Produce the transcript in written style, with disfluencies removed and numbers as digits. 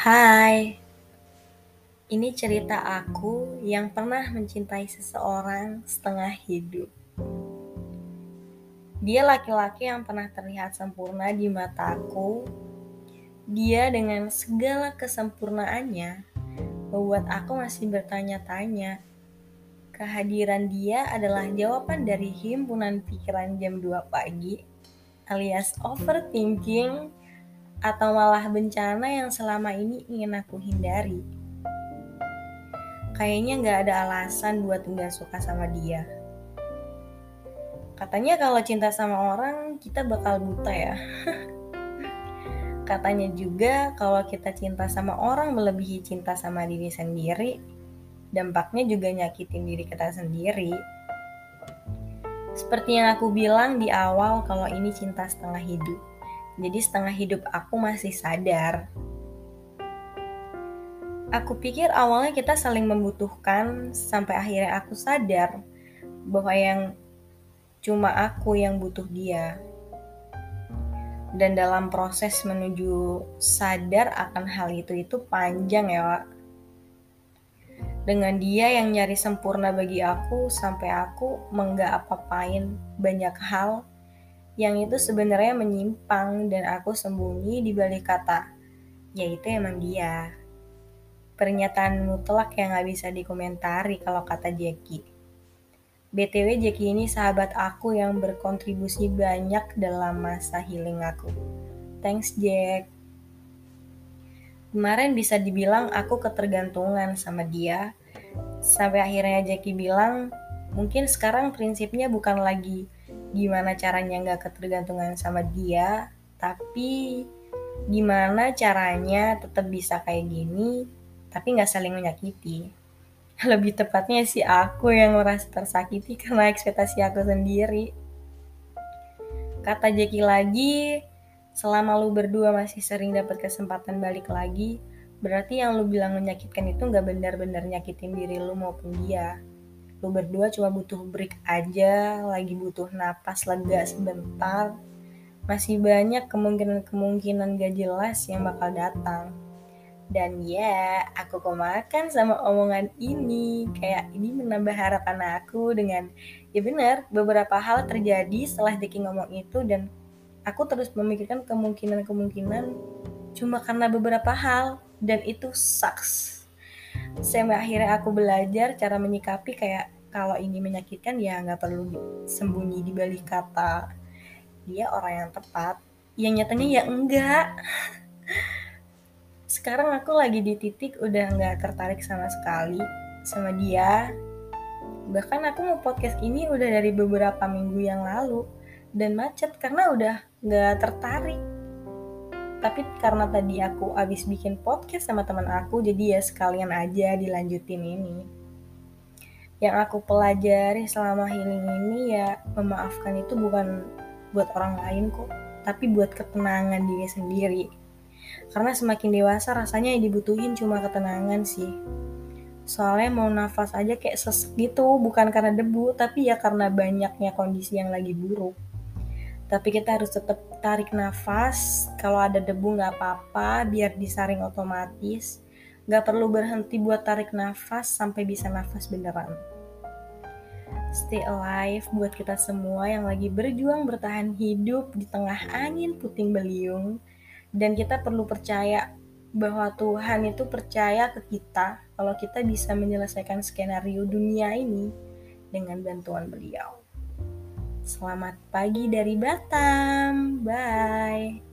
Hai, ini cerita aku yang pernah mencintai seseorang setengah hidup. Dia laki-laki yang pernah terlihat sempurna di mataku. Dia dengan segala kesempurnaannya membuat aku masih bertanya-tanya. Kehadiran dia adalah jawaban dari himpunan pikiran jam 2 pagi, alias overthinking, atau malah bencana yang selama ini ingin aku hindari. Kayaknya gak ada alasan buat gak suka sama dia. Katanya kalau cinta sama orang, kita bakal buta ya. Katanya juga kalau kita cinta sama orang melebihi cinta sama diri sendiri, dampaknya juga nyakitin diri kita sendiri. Seperti yang aku bilang di awal kalau ini cinta setengah hidup. Jadi setengah hidup aku masih sadar. Aku pikir awalnya kita saling membutuhkan sampai akhirnya aku sadar bahwa yang cuma aku yang butuh dia. Dan dalam proses menuju sadar akan hal itu panjang ya, Wak. Dengan dia yang nyari sempurna bagi aku sampai aku menggak apa-apain banyak hal yang itu sebenarnya menyimpang dan aku sembunyi di balik kata, yaitu emang dia. Pernyataan mutlak yang gak bisa dikomentari kalau kata Jackie. BTW Jackie ini sahabat aku yang berkontribusi banyak dalam masa healing aku. Thanks Jack. Kemarin bisa dibilang aku ketergantungan sama dia. Sampai akhirnya Jackie bilang, mungkin sekarang prinsipnya bukan lagi gimana caranya gak ketergantungan sama dia, tapi gimana caranya tetap bisa kayak gini, tapi gak saling menyakiti. Lebih tepatnya sih aku yang merasa tersakiti karena ekspektasi aku sendiri. Kata Jackie lagi, selama lu berdua masih sering dapat kesempatan balik lagi, berarti yang lu bilang menyakitkan itu gak benar-benar nyakitin diri lu maupun dia. Lu berdua cuma butuh break aja, lagi butuh napas lega sebentar. Masih banyak kemungkinan gak jelas yang bakal datang. Dan ya, aku kemakan sama omongan ini. Kayak ini menambah harapan aku dengan, ya benar, beberapa hal terjadi setelah Jackie ngomong itu. Dan aku terus memikirkan kemungkinan cuma karena beberapa hal. Dan itu sucks. Sampai akhirnya aku belajar cara menyikapi kayak, kalau ini menyakitkan ya gak perlu sembunyi di balik kata dia orang yang tepat. Yang nyatanya ya enggak. Sekarang aku lagi di titik udah gak tertarik sama sekali sama dia. Bahkan aku mau podcast ini udah dari beberapa minggu yang lalu dan macet karena udah gak tertarik. Tapi karena tadi aku abis bikin podcast sama teman aku, jadi ya sekalian aja dilanjutin ini. Yang aku pelajari selama healing ini ya, memaafkan itu bukan buat orang lain kok, tapi buat ketenangan diri sendiri. Karena semakin dewasa rasanya yang dibutuhin cuma ketenangan sih. Soalnya mau nafas aja kayak sesek gitu, bukan karena debu, tapi ya karena banyaknya kondisi yang lagi buruk. Tapi kita harus tetap tarik nafas, kalau ada debu gak apa-apa, biar disaring otomatis. Gak perlu berhenti buat tarik nafas sampai bisa nafas beneran. Stay alive buat kita semua yang lagi berjuang bertahan hidup di tengah angin puting beliung. Dan kita perlu percaya bahwa Tuhan itu percaya ke kita kalau kita bisa menyelesaikan skenario dunia ini dengan bantuan Beliau. Selamat pagi dari Batam. Bye.